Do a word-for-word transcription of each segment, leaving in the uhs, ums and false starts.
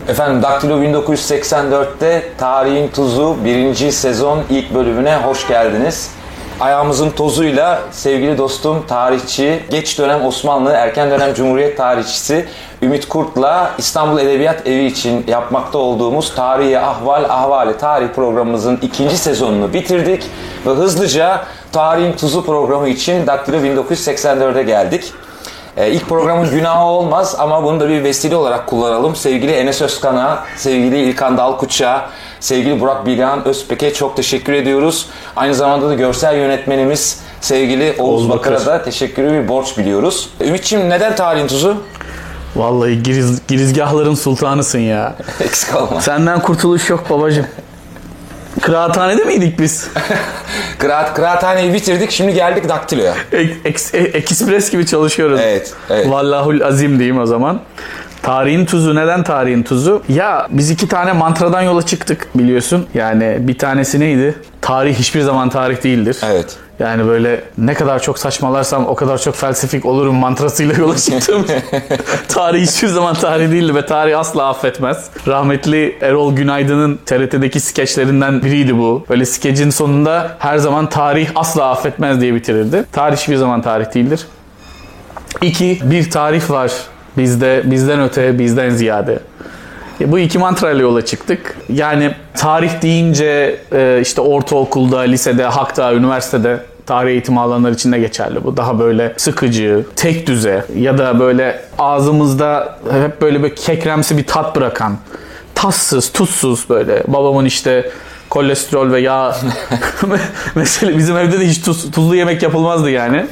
Efendim Daktilo bin dokuz yüz seksen dörtte Tarihin Tuzu birinci sezon ilk bölümüne hoş geldiniz. Ayağımızın tozuyla sevgili dostum, tarihçi, geç dönem Osmanlı, erken dönem Cumhuriyet tarihçisi Ümit Kurt'la İstanbul Edebiyat Evi için yapmakta olduğumuz Tarihi Ahval Ahvali Tarih programımızın ikinci sezonunu bitirdik ve hızlıca Tarihin Tuzu programı için Daktilo bin dokuz yüz seksen dörde geldik. Ee, ilk programın günahı olmaz ama bunu da bir vesile olarak kullanalım. Sevgili Enes Özkan'a, sevgili İlkan Dalkuç'a, sevgili Burak Bilgehan Özpek'e çok teşekkür ediyoruz. Aynı zamanda da görsel yönetmenimiz sevgili Oğuz, Oğuz Bakır'a da teşekkürü bir borç biliyoruz. Ümit'ciğim, neden Tarihin Tuzu? Vallahi giriz, girizgahların sultanısın ya. Eksik olma. Senden kurtuluş yok babacığım. Kıraathanede miydik biz? Kıraat, kıraathaneyi bitirdik, şimdi geldik Daktilo'ya. Ek, ekspres gibi çalışıyoruz. Evet, evet. Vallahul azim diyeyim o zaman. Tarihin tuzu. Neden tarihin tuzu? Ya biz iki tane mantradan yola çıktık biliyorsun. Yani bir tanesi neydi? Tarih hiçbir zaman tarih değildir. Evet. Yani böyle ne kadar çok saçmalarsam o kadar çok felsefik olurum mantrasıyla yola çıktım. Tarih hiçbir zaman tarih değildi ve tarih asla affetmez. Rahmetli Erol Günaydın'ın T R T'deki skeçlerinden biriydi bu. Böyle skecin sonunda her zaman tarih asla affetmez diye bitirirdi. Tarih hiçbir zaman tarih değildir. İki, bir tarih var bizde, bizden öte, bizden ziyade. Bu iki mantrayla yola çıktık. Yani tarih deyince işte ortaokulda, lisede, hatta üniversitede tarih eğitimi alanlar için de geçerli bu. Daha böyle sıkıcı, tek düze ya da böyle ağzımızda hep böyle bir kekremsi bir tat bırakan, tatsız, tuzsuz böyle. Babamın işte kolesterol ve yağ mesela bizim evde de hiç tuz, tuzlu yemek yapılmazdı yani.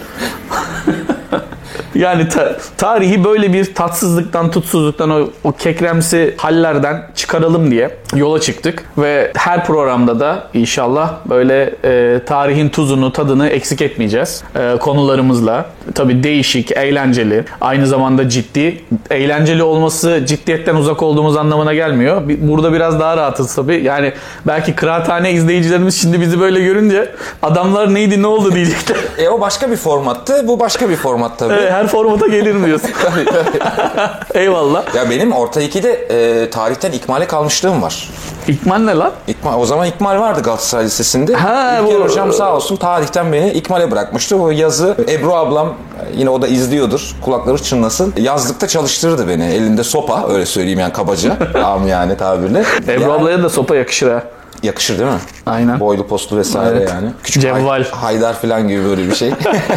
Yani ta- tarihi böyle bir tatsızlıktan, tutsuzluktan, o, o kekremsi hallerden çıkaralım diye yola çıktık. Ve her programda da inşallah böyle e, tarihin tuzunu, tadını eksik etmeyeceğiz. E, konularımızla. Tabii değişik, eğlenceli, aynı zamanda ciddi. Eğlenceli olması ciddiyetten uzak olduğumuz anlamına gelmiyor. Burada biraz daha rahatız tabii. Yani belki kıraathane izleyicilerimiz şimdi bizi böyle görünce adamlar neydi, ne oldu diyecekler. E o başka bir formattı, bu başka bir format tabii. Evet, her formata gelir mi diyorsun? Tabii tabii. Eyvallah. Ya benim orta ikide e, tarihten ikmale kalmışlığım var. İkmal ne lan? İkmal, o zaman ikmal vardı Galatasaray Lisesi'nde. Ha, İlker bu... hocam sağ olsun tarihten beni ikmale bırakmıştı. O yazı Ebru ablam, yine o da izliyordur, kulakları çınlasın. Yazlıkta çalıştırdı beni. Elinde sopa, öyle söyleyeyim yani kabaca. Am yani tabirle. Ebru yani, ablaya da sopa yakışır ha. Yakışır değil mi? Aynen. Boylu postlu vesaire evet. Yani. Küçük Cevval. Hay- Haydar falan gibi böyle bir şey.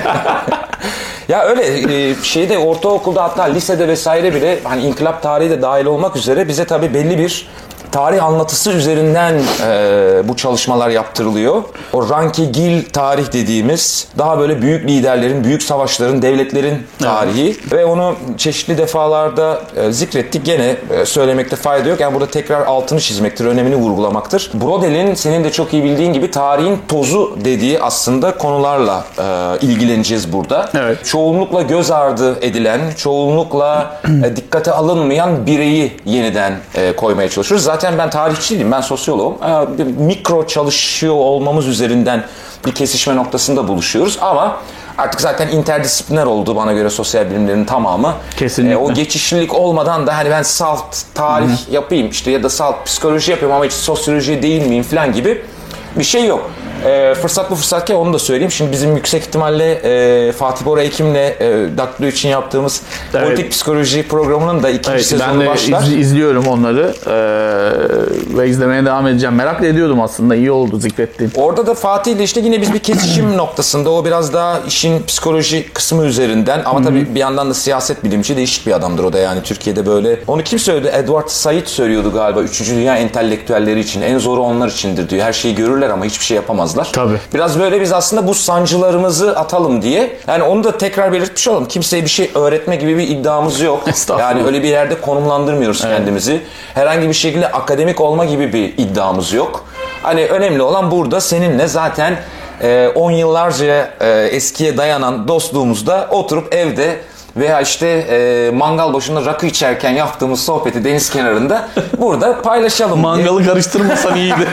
Ya öyle şeyde ortaokulda hatta lisede vesaire bile hani inkılap tarihi de dahil olmak üzere bize tabii belli bir tarih anlatısı üzerinden e, bu çalışmalar yaptırılıyor. O Ranke-Gil tarih dediğimiz daha böyle büyük liderlerin, büyük savaşların, devletlerin tarihi evet. Ve onu çeşitli defalarda e, zikrettik. Gene e, söylemekte fayda yok. Yani burada tekrar altını çizmektir, önemini vurgulamaktır. Brodel'in senin de çok iyi bildiğin gibi tarihin tozu dediği aslında konularla e, ilgileneceğiz burada. Evet. Çoğunlukla göz ardı edilen, çoğunlukla e, dikkate alınmayan bireyi yeniden e, koymaya çalışıyoruz. Zaten Zaten ben tarihçi değilim, ben sosyoloğum. Mikro çalışıyor olmamız üzerinden bir kesişme noktasında buluşuyoruz ama artık zaten interdisipliner oldu bana göre sosyal bilimlerin tamamı. Kesinlikle. E, o geçişlilik olmadan da hani ben salt tarih Hı-hı. yapayım işte ya da salt psikoloji yapayım ama hiç sosyoloji değil miyim falan gibi bir şey yok. E, fırsat bu fırsatken onu da söyleyeyim. Şimdi bizim yüksek ihtimalle e, Fatih Bora Ekim'le e, Daktilo için yaptığımız evet. politik psikoloji programının da ikinci evet, sezonu ben de başlar. Iz, izliyorum onları e, ve izlemeye devam edeceğim. Merak ediyordum aslında. İyi oldu zikrettiğin. Orada da Fatih ile işte yine biz bir kesişim noktasında o biraz daha işin psikoloji kısmı üzerinden ama Hı-hı. tabii bir yandan da siyaset bilimci değişik bir adamdır o da yani Türkiye'de böyle. Onu kim söyledi? Edward Said söylüyordu galiba. Üçüncü Dünya entelektüelleri için. En zoru onlar içindir diyor. Her şeyi görürler ama hiçbir şey yapamaz. Tabii. Biraz böyle biz aslında bu sancılarımızı atalım diye. Yani onu da tekrar belirtmiş olalım. Kimseye bir şey öğretme gibi bir iddiamız yok. Yani öyle bir yerde konumlandırmıyoruz evet. kendimizi. Herhangi bir şekilde akademik olma gibi bir iddiamız yok. Hani önemli olan burada seninle zaten on yıllarca eskiye dayanan dostluğumuzda oturup evde veya işte e, mangal başında rakı içerken yaptığımız sohbeti deniz kenarında burada paylaşalım. Mangalı karıştırmasan iyiydi.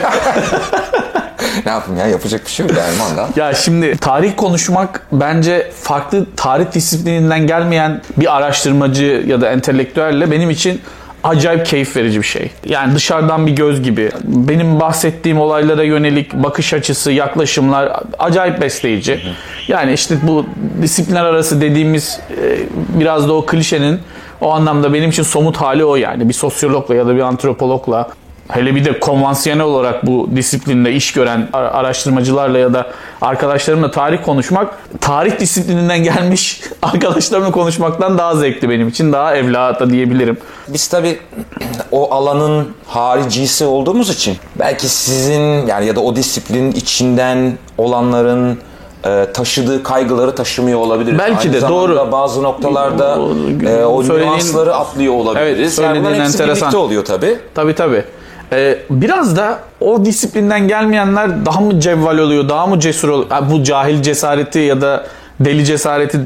Ne yapayım ya, yapacak bir şey yok yani mangal. Ya şimdi tarih konuşmak bence farklı tarih disiplininden gelmeyen bir araştırmacı ya da entelektüelle benim için acayip keyif verici bir şey. Yani dışarıdan bir göz gibi. Benim bahsettiğim olaylara yönelik bakış açısı, yaklaşımlar acayip besleyici. Yani işte bu disiplinler arası dediğimiz biraz da o klişenin o anlamda benim için somut hali o yani. Bir sosyologla ya da bir antropologla, hele bir de konvansiyonel olarak bu disiplinde iş gören araştırmacılarla ya da arkadaşlarımla tarih konuşmak, tarih disiplininden gelmiş arkadaşlarımla konuşmaktan daha zevkli benim için. Daha evlada diyebilirim. Biz tabii o alanın haricisi olduğumuz için belki sizin yani ya da o disiplinin içinden olanların e, taşıdığı kaygıları taşımıyor olabiliriz. Belki Aynı de doğru. Bazı noktalarda o, e, o nüansları atlıyor olabiliriz. Evet, yani bunların hepsi enteresan. birlikte oluyor tabii. Tabii tabii. Ee, biraz da o disiplinden gelmeyenler daha mı cevval oluyor, daha mı cesur oluyor? Yani bu cahil cesareti ya da deli cesareti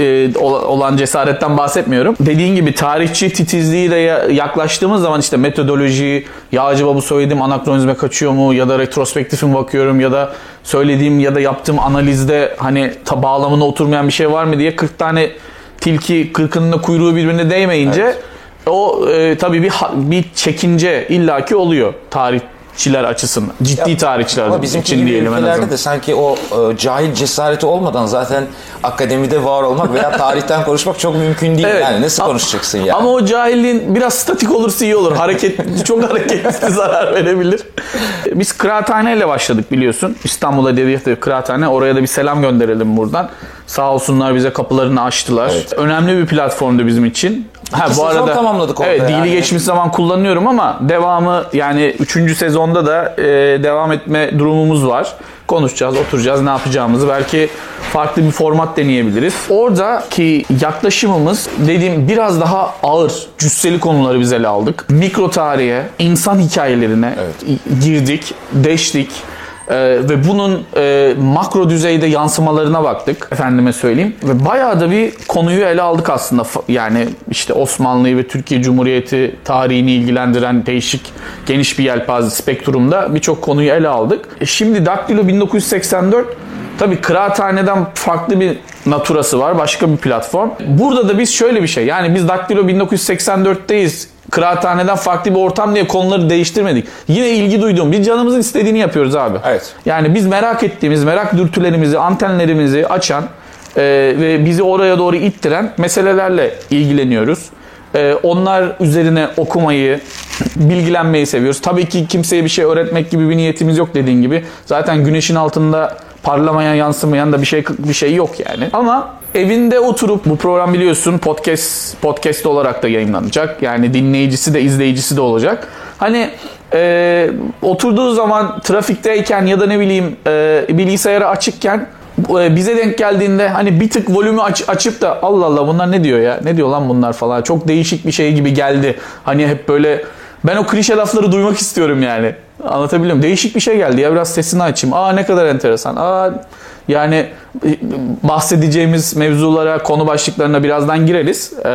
olan cesaretten bahsetmiyorum. Dediğin gibi tarihçi titizliğiyle yaklaştığımız zaman işte metodoloji, ya acaba bu söylediğim anakronizme kaçıyor mu ya da retrospektifim bakıyorum ya da söylediğim ya da yaptığım analizde hani ta bağlamına oturmayan bir şey var mı diye kırk tane tilki kırkının da kuyruğu birbirine değmeyince evet. O e, tabii bir bir çekince illaki oluyor tarihçiler açısından. Ciddi ya, tarihçiler ama bizim için diyelim en azından. de sanki o e, cahil cesareti olmadan zaten akademide var olmak veya tarihten konuşmak çok mümkün değil. Evet. Yani nasıl konuşacaksın yani? Ama o cahilliğin biraz statik olursa iyi olur. Hareket çok hareketli zarar verebilir. Biz kıraathaneyle başladık biliyorsun. İstanbul Edebiyat Evi Kıraathane. Oraya da bir selam gönderelim buradan. Sağ olsunlar bize kapılarını açtılar. Evet. Önemli bir platformdu bizim için. Ha, bu arada tamamladık orada. Evet, yani. dili geçmiş zaman kullanıyorum ama devamı yani üçüncü sezonda da e, devam etme durumumuz var. Konuşacağız, oturacağız, ne yapacağımızı belki farklı bir format deneyebiliriz. Oradaki yaklaşımımız dediğim biraz daha ağır, cüsseli konuları biz ele aldık. Mikro tarihe, insan hikayelerine evet. girdik, deştik. Ee, ve bunun e, makro düzeyde yansımalarına baktık efendime söyleyeyim ve bayağı da bir konuyu ele aldık aslında yani işte Osmanlı'yı ve Türkiye Cumhuriyeti tarihini ilgilendiren değişik geniş bir yelpaze spektrumda birçok konuyu ele aldık. E şimdi Daktilo bin dokuz yüz seksen dört tabii kıraathaneden farklı bir naturası var, başka bir platform. Burada da biz şöyle bir şey yani biz Daktilo bin dokuz yüz seksen dörtteyiz. Kıraathaneden farklı bir ortam diye konuları değiştirmedik. Yine ilgi duyduğum, biz canımızın istediğini yapıyoruz abi. Evet. Yani biz merak ettiğimiz, merak dürtülerimizi, antenlerimizi açan e, ve bizi oraya doğru ittiren meselelerle ilgileniyoruz. E, onlar üzerine okumayı, bilgilenmeyi seviyoruz. Tabii ki kimseye bir şey öğretmek gibi bir niyetimiz yok dediğin gibi. Zaten güneşin altında parlamayan, yansımayan da bir şey bir şey yok yani. Ama evinde oturup bu program biliyorsun podcast podcast olarak da yayınlanacak. Yani dinleyicisi de izleyicisi de olacak. Hani e, oturduğu zaman trafikteyken ya da ne bileyim e, bilgisayarı açıkken e, bize denk geldiğinde hani bir tık volümü aç, açıp da Allah Allah bunlar ne diyor ya? Ne diyor lan bunlar falan. Çok değişik bir şey gibi geldi. Hani hep böyle ben o klişe lafları duymak istiyorum yani. Anlatabiliyor muyum? Değişik bir şey geldi ya biraz sesini açayım. Aa ne kadar enteresan. Aa yani bahsedeceğimiz mevzulara, konu başlıklarına birazdan gireriz. Ee,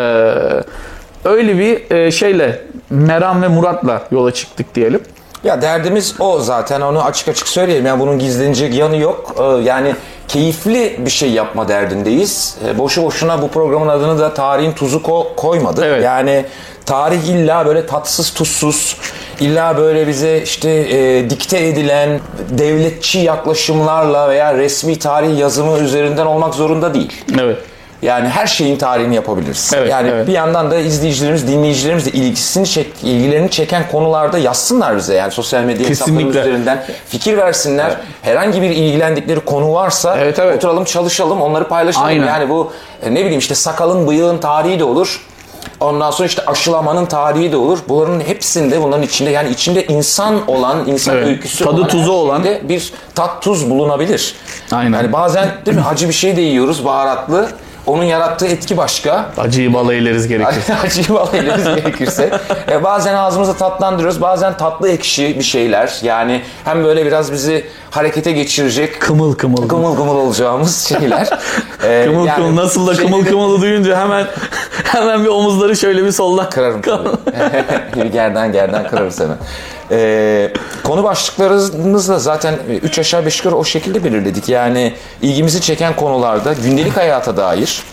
öyle bir şeyle, meram ve muratla yola çıktık diyelim. Ya derdimiz o zaten, onu açık açık söyleyelim. Yani bunun gizlenecek yanı yok. Ee, yani keyifli bir şey yapma derdindeyiz. Ee, boşu boşuna bu programın adını da tarihin tuzu ko- koymadık. Evet. Yani tarih illa böyle tatsız tuzsuz, illa böyle bize işte e, dikte edilen devletçi yaklaşımlarla veya resmi tarih yazımı üzerinden olmak zorunda değil. Evet. Yani her şeyin tarihini yapabiliriz. Evet, yani evet. bir yandan da izleyicilerimiz, dinleyicilerimiz de ilgisini çek, ilgilerini çeken konularda yazsınlar bize. Yani sosyal medya hesaplarımız üzerinden fikir versinler. Evet. Herhangi bir ilgilendikleri konu varsa evet, evet. oturalım, çalışalım, onları paylaşalım. Aynen. Yani bu ne bileyim işte sakalın, bıyığın tarihi de olur. Ondan sonra işte aşılamanın tarihi de olur. Bunların hepsinde, bunların içinde yani içinde insan olan, insan evet. öyküsü tadı olan tuzu olan bir tat tuz bulunabilir. Aynen. Yani bazen değil mi acı bir şey de yiyoruz, baharatlı. Onun yarattığı etki başka. Acıyı bal eyleriz gerekirse. Acıyı bal eyleriz gerekirse. E bazen ağzımıza tatlandırıyoruz. Bazen tatlı ekşi bir şeyler. Yani hem böyle biraz bizi harekete geçirecek. Kımıl kımıl. Kımıl kımıl olacağımız şeyler. e, kımıl yani kımıl. Nasıl da şeyleri... kımıl kımılı duyunca hemen hemen bir omuzları şöyle bir soldan. Kırarım. bir gerden gerden kırarız hemen. Ee, konu başlıklarımızı da zaten üç aşağı beş yukarı o şekilde belirledik. Yani ilgimizi çeken konularda gündelik hayata dair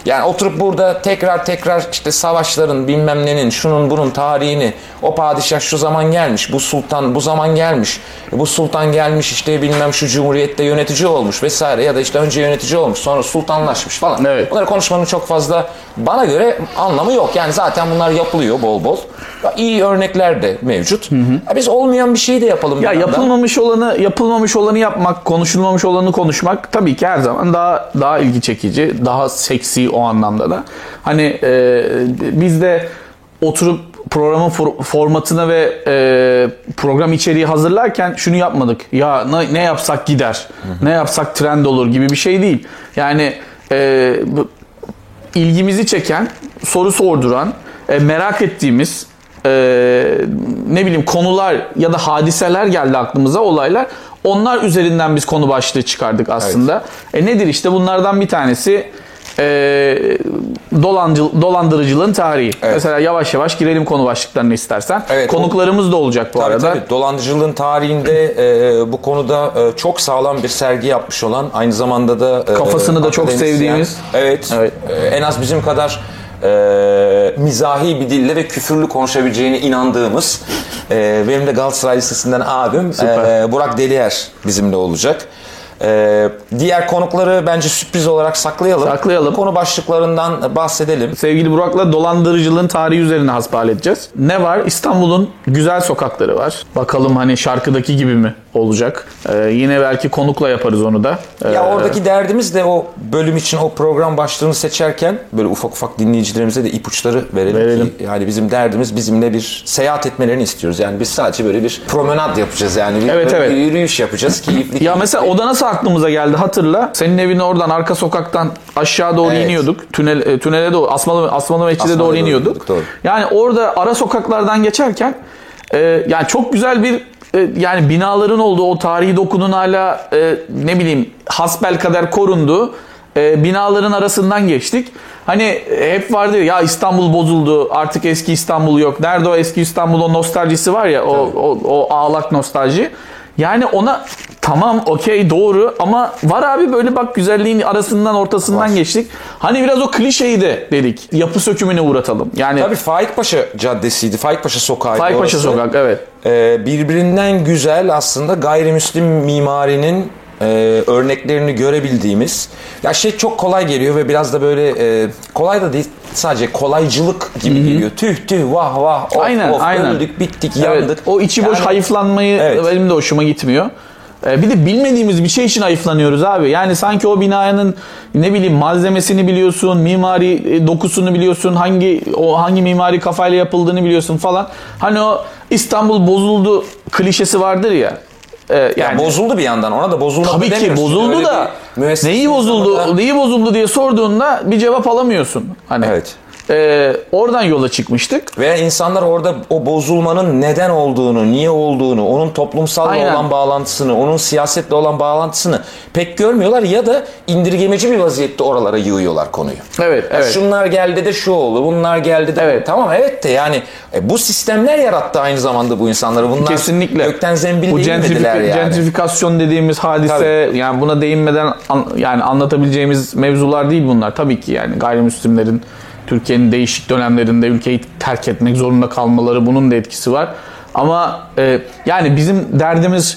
Yani oturup burada tekrar tekrar işte savaşların bilmem nenin şunun bunun tarihini, o padişah şu zaman gelmiş, bu sultan bu zaman gelmiş, bu sultan gelmiş işte bilmem şu cumhuriyette yönetici olmuş vesaire ya da işte önce yönetici olmuş sonra sultanlaşmış falan. Evet. Bunları konuşmanın çok fazla bana göre anlamı yok. Yani zaten bunlar yapılıyor bol bol. İyi örnekler de mevcut. Hı hı. Biz olmayan bir şey de yapalım. Ya yapılmamış olanı yapılmamış olanı yapmak, konuşulmamış olanı konuşmak tabii ki her zaman daha daha ilgi çekici, daha seksi o anlamda da. Hani e, biz de oturup programın for, formatını ve e, program içeriği hazırlarken şunu yapmadık. Ya ne, ne yapsak gider, hı hı. ne yapsak trend olur gibi bir şey değil. Yani e, ilgimizi çeken, soru sorduran, e, merak ettiğimiz Ee, ne bileyim konular ya da hadiseler geldi aklımıza, olaylar. Onlar üzerinden biz konu başlığı çıkardık aslında. Evet. E nedir işte bunlardan bir tanesi e, dolancı, dolandırıcılığın tarihi. Evet. Mesela yavaş yavaş girelim konu başlıklarını istersen. Evet, Konuklarımız o, da olacak bu tabii, arada. Tabii. Dolandırıcılığın tarihinde e, bu konuda e, çok sağlam bir sergi yapmış olan, aynı zamanda da e, kafasını da çok sevdiğimiz. Evet. evet. E, en az bizim kadar Ee, mizahi bir dille ve küfürlü konuşabileceğine inandığımız e, benim de Galatasaray Lisesi'nden abim e, Burak Deliyer bizimle olacak. Ee, diğer konukları bence sürpriz olarak saklayalım. Saklayalım. Konu başlıklarından bahsedelim. Sevgili Burak'la dolandırıcılığın tarihi üzerine hasbihal edeceğiz. Ne var? İstanbul'un güzel sokakları var. Bakalım hani şarkıdaki gibi mi olacak? Ee, yine belki konukla yaparız onu da. Ee, ya oradaki derdimiz de o bölüm için o program başlığını seçerken böyle ufak ufak dinleyicilerimize de ipuçları verelim, verelim. ki yani bizim derdimiz bizimle bir seyahat etmelerini istiyoruz. Yani biz sadece böyle bir promenad yapacağız yani. Bir, evet, evet. bir yürüyüş yapacağız. Keyifli. Ya mesela o da nasıl aklımıza geldi hatırla. Senin evine oradan arka sokaktan aşağı doğru evet. iniyorduk. Tünel, tünele doğru, Asmalı, Asmalı Mescid'e doğru iniyorduk. Doğru. Yani orada ara sokaklardan geçerken e, yani çok güzel bir e, yani binaların olduğu, o tarihi dokunun hala e, ne bileyim hasbelkader korunduğu e, binaların arasından geçtik. Hani hep vardı ya İstanbul bozuldu, artık eski İstanbul yok. Nerede o eski İstanbul, o nostaljisi var ya, o, o, o ağlak nostalji. Yani ona tamam okey doğru ama var abi böyle bak güzelliğin arasından ortasından var. Geçtik. Hani biraz o klişeyi de dedik. Yapı sökümüne uğratalım. Yani tabii Faikpaşa Caddesi'ydi. Faikpaşa Sokağı. Faikpaşa Sokak evet. Ee, birbirinden güzel aslında gayrimüslim mimarinin e, örneklerini görebildiğimiz. Ya şey çok kolay geliyor ve biraz da böyle e, kolay da değil. Sadece kolaycılık gibi Hı-hı. geliyor. Tüh tüh vah vah of aynen, of aynen. öldük bittik evet. yandık. O içi boş yani, hayıflanmayı evet. benim de hoşuma gitmiyor. Bir de bilmediğimiz bir şey için hayıflanıyoruz abi. Yani sanki o binanın ne bileyim malzemesini biliyorsun, mimari dokusunu biliyorsun, hangi o hangi mimari kafayla yapıldığını biliyorsun falan. Hani o İstanbul bozuldu klişesi vardır ya. Ee, yani ya bozuldu bir yandan. Ona da bozulmadı tabii ki bozuldu öyle da neyi bozuldu, da... neyi bozuldu diye sorduğunda bir cevap alamıyorsun. Hani evet. Ee, oradan yola çıkmıştık. Ve insanlar orada o bozulmanın neden olduğunu, niye olduğunu, onun toplumsalla Aynen. olan bağlantısını, onun siyasetle olan bağlantısını pek görmüyorlar ya da indirgemeci bir vaziyette oralara yığıyorlar konuyu. Evet, evet. Şunlar geldi de şu oldu, bunlar geldi de evet. Tamam evet de yani e, bu sistemler yarattı aynı zamanda bu insanları. Bunlar kesinlikle gökten zembil bu değmediler yani. Gentrifikasyon dediğimiz hadise tabii. yani buna değinmeden an, yani anlatabileceğimiz mevzular değil bunlar. Tabii ki yani gayrimüslimlerin Türkiye'nin değişik dönemlerinde ülkeyi terk etmek zorunda kalmaları, bunun da etkisi var. Ama e, yani bizim derdimiz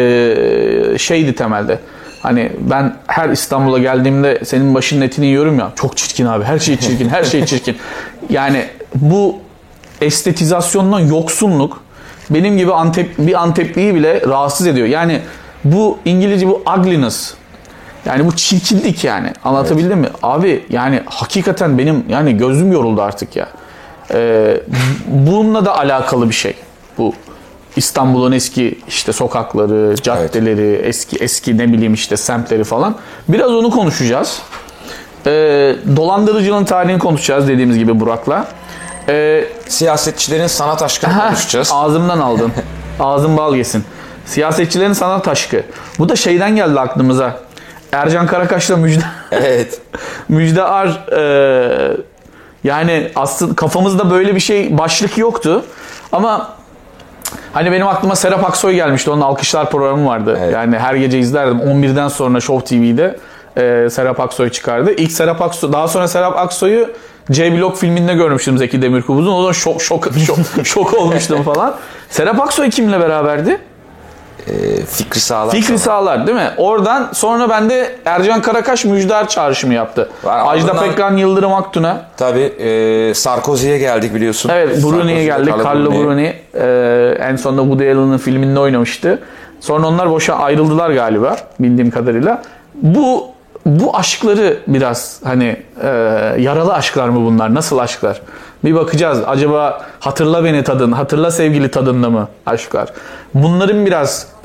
e, şeydi temelde. Hani ben her İstanbul'a geldiğimde senin başının etini yiyorum ya. Çok çirkin abi. Her şey çirkin. Her şey çirkin. Yani bu estetizasyondan yoksunluk benim gibi Antep, bir Antepli'yi bile rahatsız ediyor. Yani bu İngilizce bu ugliness. Yani bu çirkinlik yani. Anlatabildim evet. mi? Abi yani hakikaten benim yani gözüm yoruldu artık ya. Ee, bununla da alakalı bir şey. Bu İstanbul'un eski işte sokakları, caddeleri, evet. eski eski ne bileyim işte semtleri falan. Biraz onu konuşacağız. Ee, dolandırıcılığın tarihini konuşacağız dediğimiz gibi Burak'la. Ee, Siyasetçilerin sanat aşkını heh, konuşacağız. Ağzımdan aldın. Ağzın bal yesin. Siyasetçilerin sanat aşkı. Bu da şeyden geldi aklımıza. Ercan Karakaş'la Müjde. Evet. Müjde Ar e, yani aslında kafamızda böyle bir şey başlık yoktu. Ama hani benim aklıma Serap Aksoy gelmişti. Onun Alkışlar programı vardı. Evet. Yani her gece izlerdim. on birden sonra Show T V'de. e, Serap Aksoy çıkardı. İlk Serap Aksoy, daha sonra Serap Aksoy'u C-Block filminde görmüştüm Zeki Demirkubuz'un. O zaman şok şok şok, şok olmuştum falan. Serap Aksoy kimle beraberdi? E, Fikri Sağlar. Fikri Sağlar değil mi? Oradan sonra bende Ercan Karakaş Müjdar çağrışımı yaptı. Var, Ajda ardından- Pekkan, Yıldırım Aktun'a. Tabii e, Sarkozy'ye geldik biliyorsun. Evet, Bruni'ye Sarkozy, geldik. Carlo Bruni. Ee, en sonunda Woody Allen'ın filminde oynamıştı. Sonra onlar boşa ayrıldılar galiba bildiğim kadarıyla. Bu bu aşkları biraz hani e, yaralı aşklar mı bunlar? Nasıl aşklar? Bir bakacağız. Acaba hatırla beni tadın, hatırla sevgili tadında mı aşklar? Bunların biraz e,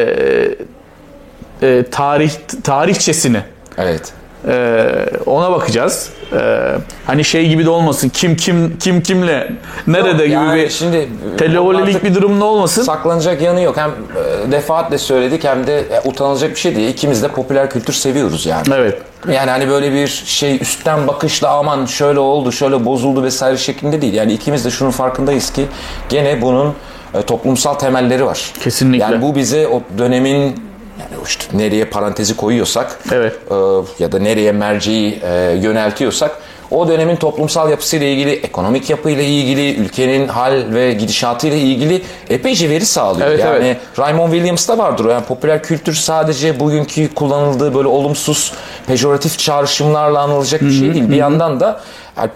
e, tarih tarihçesini Evet. Ee, ona bakacağız. Ee, hani şey gibi de olmasın. Kim kim kim kimle nerede gibi Yani bir şimdi televolelik bir durumda olmasın. saklanacak yanı yok. Hem e, defaatle söyledik hem de e, utanılacak bir şey değil. İkimiz de popüler kültür seviyoruz yani. Evet. Yani hani böyle bir şey üstten bakışla aman şöyle oldu, şöyle bozuldu vesaire şeklinde değil. Yani ikimiz de şunun farkındayız ki gene bunun e, toplumsal temelleri var. Kesinlikle. Yani bu bize o dönemin yani işte nereye parantezi koyuyorsak Evet. e, ya da nereye merceği e, yöneltiyorsak o dönemin toplumsal yapısıyla ilgili, ekonomik yapıyla ilgili, ülkenin hal ve gidişatıyla ilgili epeyce veri sağlıyor. Evet, yani evet. Raymond Williams'ta vardır o. Yani popüler kültür sadece bugünkü kullanıldığı böyle olumsuz, pejoratif çağrışımlarla anılacak bir şey değil. Bir yandan da yani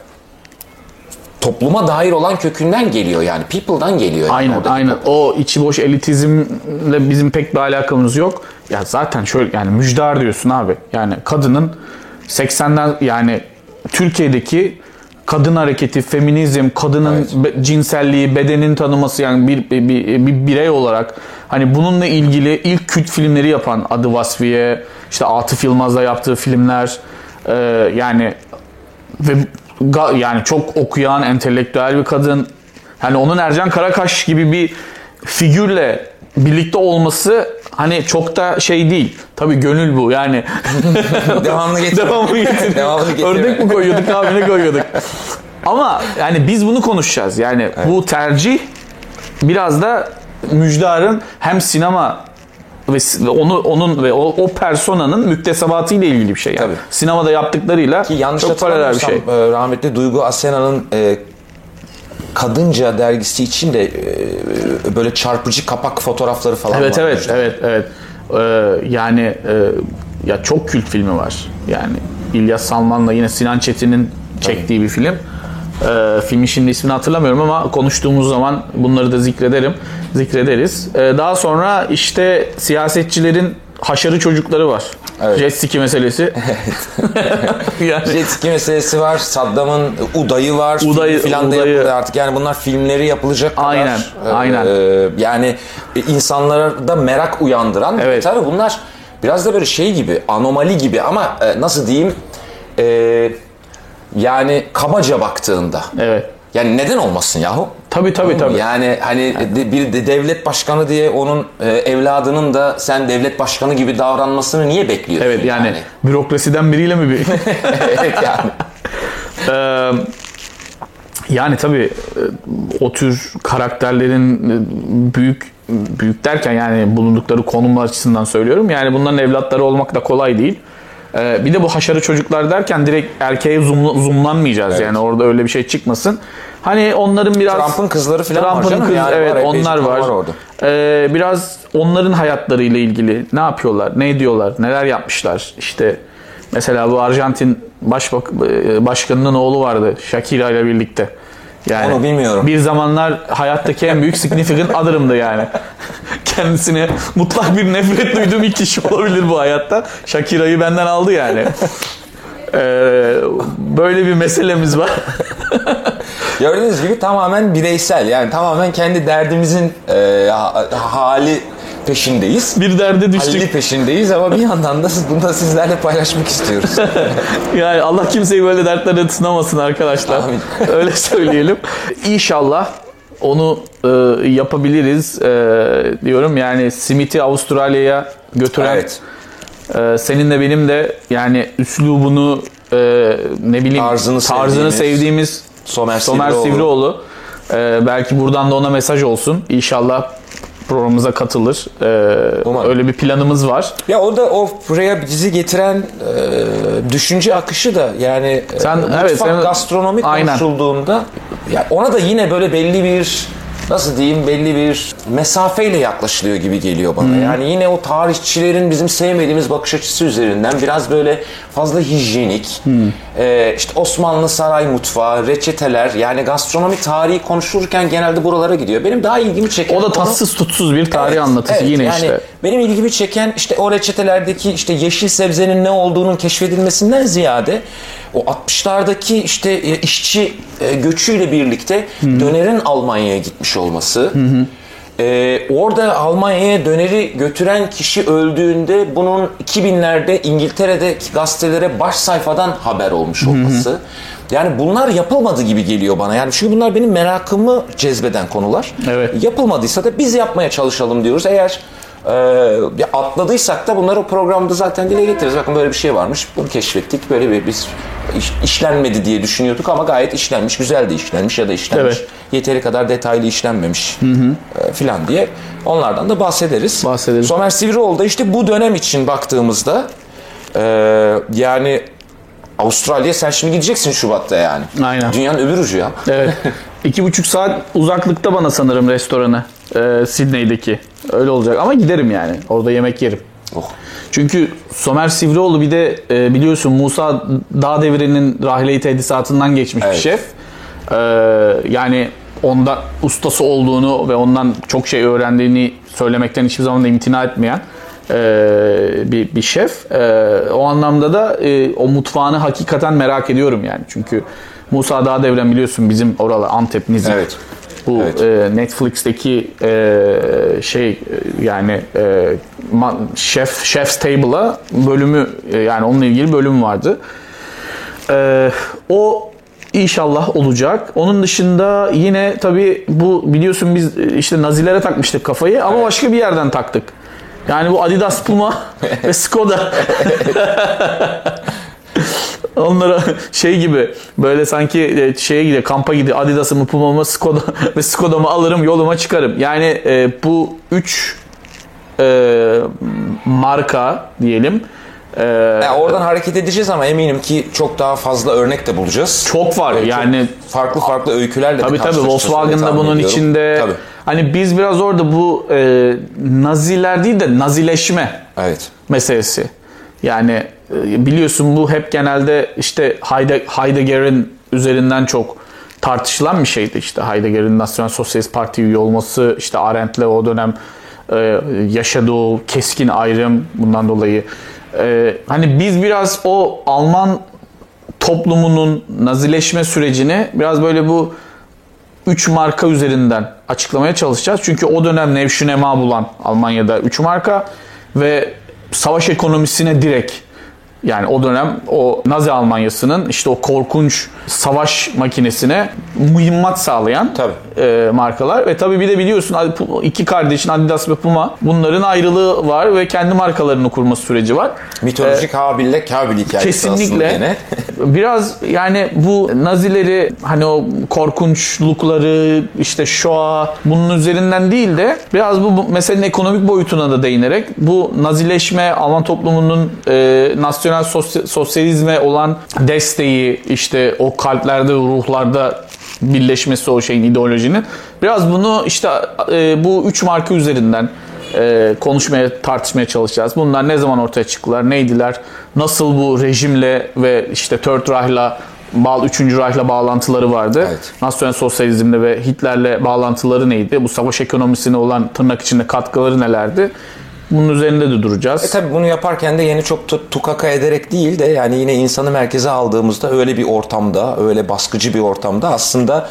topluma dair olan kökünden geliyor yani. People'dan geliyor. Yani Aynen, oradaki aynen. O içi boş elitizmle bizim pek bir alakamız yok. Ya zaten şöyle yani Müjdar diyorsun abi. Yani kadının seksenden yani Türkiye'deki kadın hareketi, feminizm, kadının Evet. be- cinselliği, bedenin tanıması yani bir, bir, bir, bir birey olarak hani bununla ilgili ilk kült filmleri yapan Adı Vasfiye, işte Atıf Yılmaz'la yaptığı filmler e, yani ve ga- yani çok okuyan, entelektüel bir kadın. Hani onun Ercan Karakaş gibi bir figürle birlikte olması hani çok da şey değil. Tabii gönül bu yani. Devamlı getir. Devamlı getir. Devamlı getir. Örnek mi koyuyorduk abi ne koyuyorduk? Ama yani biz bunu konuşacağız. Yani bu tercih biraz da Müjdar'ın hem sinema ve s- ve onu onun ve o, o personanın müktesebatı ile ilgili bir şey. Yani. Tabii. Sinemada yaptıklarıyla Ki yanlış çok paralel bir hatırlamıyorsam şey. e, rahmetli Duygu Asena'nın e, Kadınca dergisi için de e, böyle çarpıcı kapak fotoğrafları falan Evet var. evet evet evet. Ee, yani e, ya çok kült filmi var. Yani İlyas Salman'la yine Sinan Çetin'in çektiği bir film. Ee, filmin şimdi ismini hatırlamıyorum ama konuştuğumuz zaman bunları da zikrederim. Zikrederiz. Ee, daha sonra işte siyasetçilerin haşarı çocukları var. Evet. Jet ski meselesi. yani, Jet ski meselesi var. Saddam'ın Uday'ı var. Uday'ı- Film filan da Uday'ı- yapıldı artık. Yani bunlar filmleri yapılacak kadar. Aynen, e, aynen. e, yani insanlara da merak uyandıran. Evet. Tabii bunlar biraz da böyle şey gibi, anomali gibi ama e, nasıl diyeyim? E, yani kabaca baktığında. evet. Yani neden olmasın yahu? Tabii tabii tabii. Yani hani de- bir de devlet başkanı diye onun e, evladının da sen devlet başkanı gibi davranmasını niye bekliyorsun? Evet yani, bürokrasiden biriyle mi bir... evet yani. Ee, yani tabii e, o tür karakterlerin e, büyük büyük derken yani bulundukları konumlar açısından söylüyorum. Yani bunların evlatları olmak da kolay değil. Ee, bir de bu haşarı çocuklar derken direkt erkeğe zoom, zoomlanmayacağız Evet. yani orada öyle bir şey çıkmasın. Hani onların biraz Trump'ın kızları falan var Trump'ın canım. kız, Yani evet var, epeyce onlar konu var. var orada. Ee, biraz onların hayatlarıyla ilgili ne yapıyorlar, ne ediyorlar, neler yapmışlar. İşte mesela bu Arjantin başbak başkanının oğlu vardı Shakira ile birlikte. Yani Onu bilmiyorum. bir zamanlar hayattaki en büyük significant other'ımdı yani. Kendisine mutlak bir nefret duyduğum ilk kişi olabilir bu hayatta. Shakira'yı benden aldı yani. Ee, böyle bir meselemiz var. Gördüğünüz gibi tamamen bireysel yani tamamen kendi derdimizin e, ha- hali peşindeyiz. Bir derde Halli düştük. peşindeyiz ama bir yandan da bunu da sizlerle paylaşmak istiyoruz. Yani Allah kimseyi böyle dertlere sınamasın arkadaşlar. Amin. Öyle söyleyelim. İnşallah onu e, yapabiliriz e, diyorum. Yani Smith'i Avustralya'ya götüren Evet. e, senin de benim de yani üslubunu e, ne bileyim Tarzını tarzını sevdiğimiz sevdiğimiz Somer Somer Sivrioğlu. Sivrioğlu. E, belki buradan da ona mesaj olsun. İnşallah programımıza katılır. Ee, öyle bir planımız var. Ya o da o buraya bizi getiren e, düşünce akışı da yani sen, e, mutfak evet, sen, gastronomi konuşulduğunda ya ona da yine böyle belli bir nasıl diyeyim belli bir mesafeyle yaklaşılıyor gibi geliyor bana. Hmm. Yani yine o tarihçilerin bizim sevmediğimiz bakış açısı üzerinden biraz böyle fazla hijyenik, hmm. e, işte Osmanlı saray mutfağı, reçeteler yani gastronomi tarihi konuşulurken genelde buralara gidiyor. Benim daha ilgimi çeken o da tatsız tutsuz bir tarih evet, anlatısı evet, yine yani işte. Benim ilgimi çeken işte o reçetelerdeki işte yeşil sebzenin ne olduğunun keşfedilmesinden ziyade o altmışlardaki işte işçi göçüyle birlikte Hı-hı. dönerin Almanya'ya gitmiş olması. Ee, orada Almanya'ya döneri götüren kişi öldüğünde bunun iki binlerde İngiltere'deki gazetelere baş sayfadan haber olmuş olması. Hı-hı. Yani bunlar yapılmadı gibi geliyor bana. Yani çünkü bunlar benim merakımı cezbeden konular. Evet. Yapılmadıysa da biz yapmaya çalışalım diyoruz. Eğer Ee, atladıysak da bunları o programda zaten dile getiririz. Bakın böyle bir şey varmış. Bunu keşfettik. Böyle bir biz iş, işlenmedi diye düşünüyorduk ama gayet işlenmiş. Güzel de işlenmiş ya da işlenmiş. Evet. Yeteri kadar detaylı işlenmemiş hı hı. E, filan diye. Onlardan da bahsederiz. Bahsedelim. Somer Sivrioğlu da işte bu dönem için baktığımızda e, yani Avustralya sen şimdi gideceksin Şubat'ta yani. Aynen. Dünyanın öbür ucu ya. Evet. İki buçuk saat uzaklıkta bana sanırım restoranı. Ee, Sydney'deki. Öyle olacak ama giderim yani. Orada yemek yerim. Oh. Çünkü Somer Sivrioğlu bir de e, biliyorsun Musa Dağdeviren'in rahile-i tedrisatından geçmiş evet. bir şef. Ee, yani onda ustası olduğunu ve ondan çok şey öğrendiğini söylemekten hiçbir zaman da imtina etmeyen e, bir, bir şef. E, o anlamda da e, o mutfağını hakikaten merak ediyorum yani. Çünkü Musa Dağdeviren biliyorsun bizim oralı Antep, Nizip. Evet. Bu evet. e, Netflix'teki e, şey e, yani e, ma, Chef Chef's Table'a bölümü e, yani onunla ilgili bölüm vardı. E, o inşallah olacak. Onun dışında yine tabii bu biliyorsun biz işte Nazilere takmıştık kafayı ama evet. başka bir yerden taktık. Yani bu Adidas, Puma ve Skoda. Onlara şey gibi böyle sanki şeye gidiyor, kampa gidiyor. Adidas'ımı, Puma'mı, Skoda ve Skoda'mı alırım, yoluma çıkarım. Yani e, bu üç e, marka diyelim. E, yani oradan hareket edeceğiz ama eminim ki çok daha fazla örnek de bulacağız. Çok var evet, yani. Çok farklı farklı öykülerle tabii, de karşılaşacağız. Tabii Volkswagen'da bunun ediyorum. içinde. Tabii. Hani biz biraz orada bu e, Naziler değil de Nazileşme evet. meselesi. Yani biliyorsun bu hep genelde işte Heidegger'in üzerinden çok tartışılan bir şeydi. İşte Heidegger'in Nasyonal Sosyalist Parti üye olması, işte Arendt'le o dönem e, yaşadığı keskin ayrım bundan dolayı. E, hani biz biraz o Alman toplumunun nazileşme sürecini biraz böyle bu üç marka üzerinden açıklamaya çalışacağız. Çünkü o dönem nevşünema bulan Almanya'da üç marka ve savaş ekonomisine direkt yani o dönem o Nazi Almanyası'nın işte o korkunç savaş makinesine mühimmat sağlayan e, markalar ve tabii bir de biliyorsun iki kardeşin Adidas ve Puma bunların ayrılığı var ve kendi markalarını kurması süreci var. Mitolojik ee, Habil'le Kabil hikayesi kesinlikle. aslında gene. Biraz yani bu Nazileri hani o korkunçlukları işte Shoah bunun üzerinden değil de biraz bu meselenin ekonomik boyutuna da değinerek bu Nazileşme Alman toplumunun e, nasyonel sosyalizme olan desteği işte o kalplerde ruhlarda birleşmesi o şeyin ideolojinin biraz bunu işte e, bu üç marka üzerinden e, konuşmaya tartışmaya çalışacağız. Bunlar ne zaman ortaya çıktılar, neydiler, nasıl bu rejimle ve işte Third Reich'la bağ, üçüncü Reich'la bağlantıları vardı. Evet. Nasyonel sosyalizmle ve Hitler'le bağlantıları neydi? Bu savaş ekonomisine olan tırnak içinde katkıları nelerdi? Bunun üzerinde de duracağız. E tabi bunu yaparken de yeni çok tukaka ederek değil de yani yine insanı merkeze aldığımızda öyle bir ortamda, öyle baskıcı bir ortamda aslında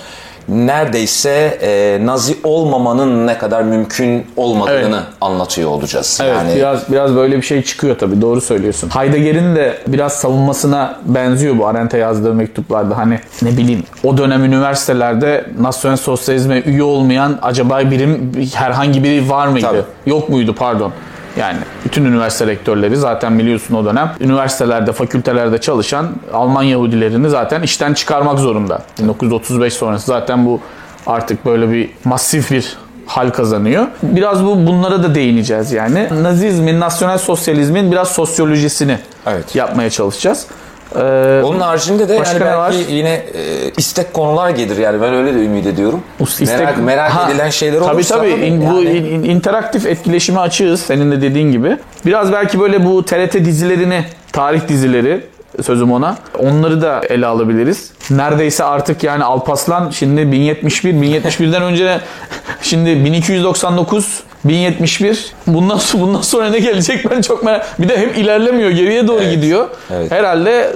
neredeyse e, Nazi olmamanın ne kadar mümkün olmadığını evet. anlatıyor olacağız. Evet, yani biraz biraz böyle bir şey çıkıyor tabii. Doğru söylüyorsun. Heidegger'in de biraz savunmasına benziyor bu Arendt'e yazdığı mektuplarda. Hani ne bileyim o dönem üniversitelerde nasyonel sosyalizme üye olmayan acaba birim herhangi biri var mıydı? Tabii. Yok muydu pardon. Yani bütün üniversite rektörleri zaten biliyorsun o dönem üniversitelerde, fakültelerde çalışan Alman Yahudilerini zaten işten çıkarmak zorunda. bin dokuz yüz otuz beş sonrası zaten bu artık böyle bir masif bir hal kazanıyor. Biraz bu bunlara da değineceğiz yani. Nazizmin, nasyonel sosyalizmin biraz sosyolojisini Evet. yapmaya çalışacağız. Ee, Onun haricinde de başka yani ne belki var? yine e, istek konular gelir yani ben öyle de ümit ediyorum. İstek- merak merak Ha, edilen şeyler tabii olursa tabii in- bu yani- in- interaktif etkileşime açığız senin de dediğin gibi. Biraz belki böyle bu T R T dizilerini, tarih dizileri sözüm ona. Onları da ele alabiliriz. Neredeyse artık yani Alparslan şimdi bin yetmiş bir, bin yetmiş birden önce şimdi bin iki yüz doksan dokuz, bin yetmiş bir. Bundan sonra, bundan sonra ne gelecek ben çok merak. Bir de hem ilerlemiyor, geriye doğru Evet, gidiyor. evet. Herhalde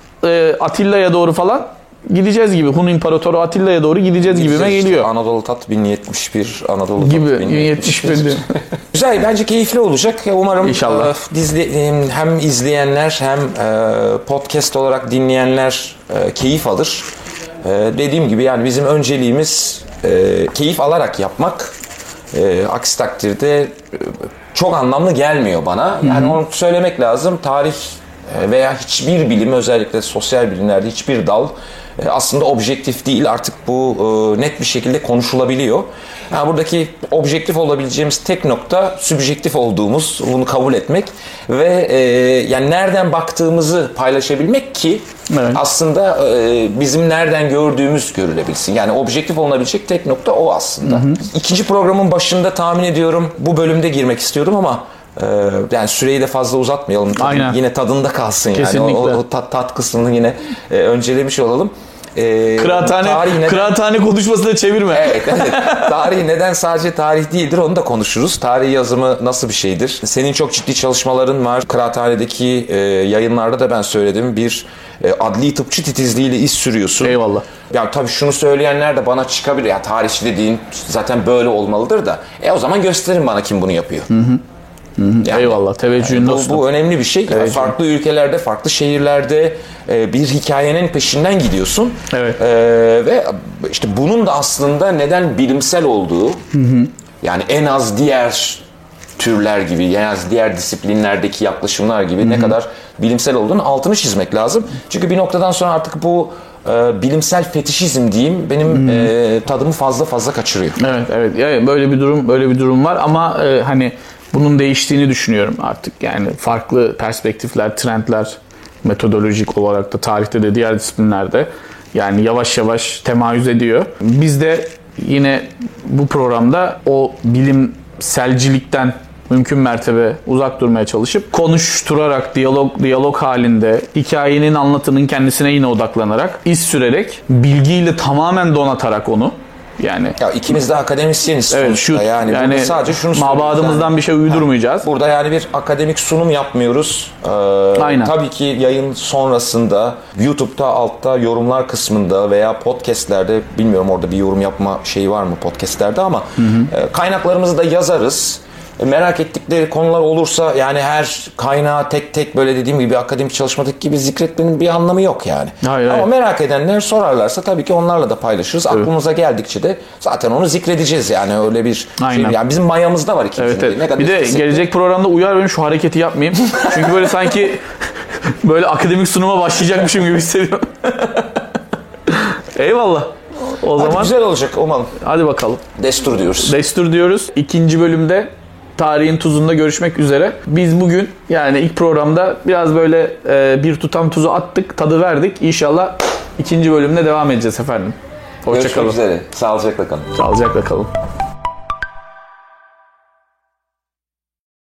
e, Atilla'ya doğru falan gideceğiz gibi. Hun İmparatoru Atilla'ya doğru gideceğiz gibime İşte geliyor. Anadolu Tat bin yetmiş bir, Anadolu Gibi Tat bin yetmiş bir. Güzel, bence keyifli olacak. Umarım İnşallah. e, dizli, hem izleyenler hem e, podcast olarak dinleyenler e, keyif alır. E, dediğim gibi yani bizim önceliğimiz e, keyif alarak yapmak. E, aksi takdirde e, çok anlamlı gelmiyor bana. Yani onu söylemek lazım. Tarih e, veya hiçbir bilim, özellikle sosyal bilimlerde hiçbir dal e, aslında objektif değil. Artık bu e, net bir şekilde konuşulabiliyor. Yani buradaki objektif olabileceğimiz tek nokta sübjektif olduğumuz, bunu kabul etmek ve e, yani nereden baktığımızı paylaşabilmek ki Evet. aslında e, bizim nereden gördüğümüz görülebilsin. Yani objektif olunabilecek tek nokta o aslında. Hı hı. İkinci programın başında tahmin ediyorum bu bölümde girmek istiyorum ama e, yani süreyi de fazla uzatmayalım. Tabii Aynen. yine tadında kalsın yani. Kesinlikle. O, o tat, tat kısmını yine e, öncelemiş olalım. E, Kıraathane, tarih neden- kıraathane konuşmasına çevirme. Evet, evet. Tarih neden sadece tarih değildir onu da konuşuruz. Tarih yazımı nasıl bir şeydir? Senin çok ciddi çalışmaların var. Kıraathanedeki e, yayınlarda da ben söyledim. Bir e, adli tıpçı titizliğiyle iş sürüyorsun. Eyvallah. Ya tabii şunu söyleyenler de bana çıkabilir. Ya tarihçi dediğin zaten böyle olmalıdır da. E o zaman gösterin bana kim bunu yapıyor. Hı hı. Yani, Eyvallah. Teveccühün bu, dostum. bu önemli bir şey. Teveccüh. Farklı ülkelerde, farklı şehirlerde e, bir hikayenin peşinden gidiyorsun. Evet. E, ve işte bunun da aslında neden bilimsel olduğu, hı hı. yani en az diğer türler gibi, en az diğer disiplinlerdeki yaklaşımlar gibi hı hı. ne kadar bilimsel olduğunu altını çizmek lazım. Çünkü bir noktadan sonra artık bu e, bilimsel fetişizm diyeyim benim e, tadımı fazla fazla kaçırıyor. Evet, evet. Yani böyle bir durum, böyle bir durum var ama e, hani bunun değiştiğini düşünüyorum artık. Yani farklı perspektifler, trendler metodolojik olarak da tarihte de diğer disiplinlerde yani yavaş yavaş temayüz ediyor. Biz de yine bu programda o bilimselcilikten mümkün mertebe uzak durmaya çalışıp konuşturarak, diyalog diyalog halinde, hikayenin anlatının kendisine yine odaklanarak, iz sürerek, bilgiyle tamamen donatarak onu yani Ya ikimiz de akademisyeniz evet, sonuçta. şu, yani, yani burada sadece şunu söylüyoruz. mabadımızdan yani. bir şey uydurmayacağız. Burada yani bir akademik sunum yapmıyoruz. Ee, Aynen. Tabii ki yayın sonrasında YouTube'da altta yorumlar kısmında veya podcastlerde bilmiyorum orada bir yorum yapma şeyi var mı podcastlerde ama hı hı. E, kaynaklarımızı da yazarız. E, merak ettikleri konular olursa yani her kaynağı tek tek böyle dediğim gibi akademik çalışmadaki gibi zikretmenin bir anlamı yok yani. Hayır, ama hayır. merak edenler sorarlarsa tabii ki onlarla da paylaşırız. Evet. Aklımıza geldikçe de zaten onu zikredeceğiz yani öyle bir Aynen. şey. Yani bizim mayamızda var ikimizin. Evet, evet. Ne kadar Bir de istesek gelecek programda uyar benim şu hareketi yapmayayım. Çünkü böyle sanki böyle akademik sunuma başlayacakmışım gibi hissediyorum. Eyvallah. O Hadi zaman güzel olacak umalım. hadi bakalım. Destur diyoruz. Destur diyoruz. İkinci bölümde tarihin tuzunda görüşmek üzere. Biz bugün yani ilk programda biraz böyle e, bir tutam tuzu attık, tadı verdik. İnşallah ikinci bölümde devam edeceğiz efendim. Hoşça Görüşmek kalın. üzere. Sağlıcakla kalın. Sağlıcakla kalın.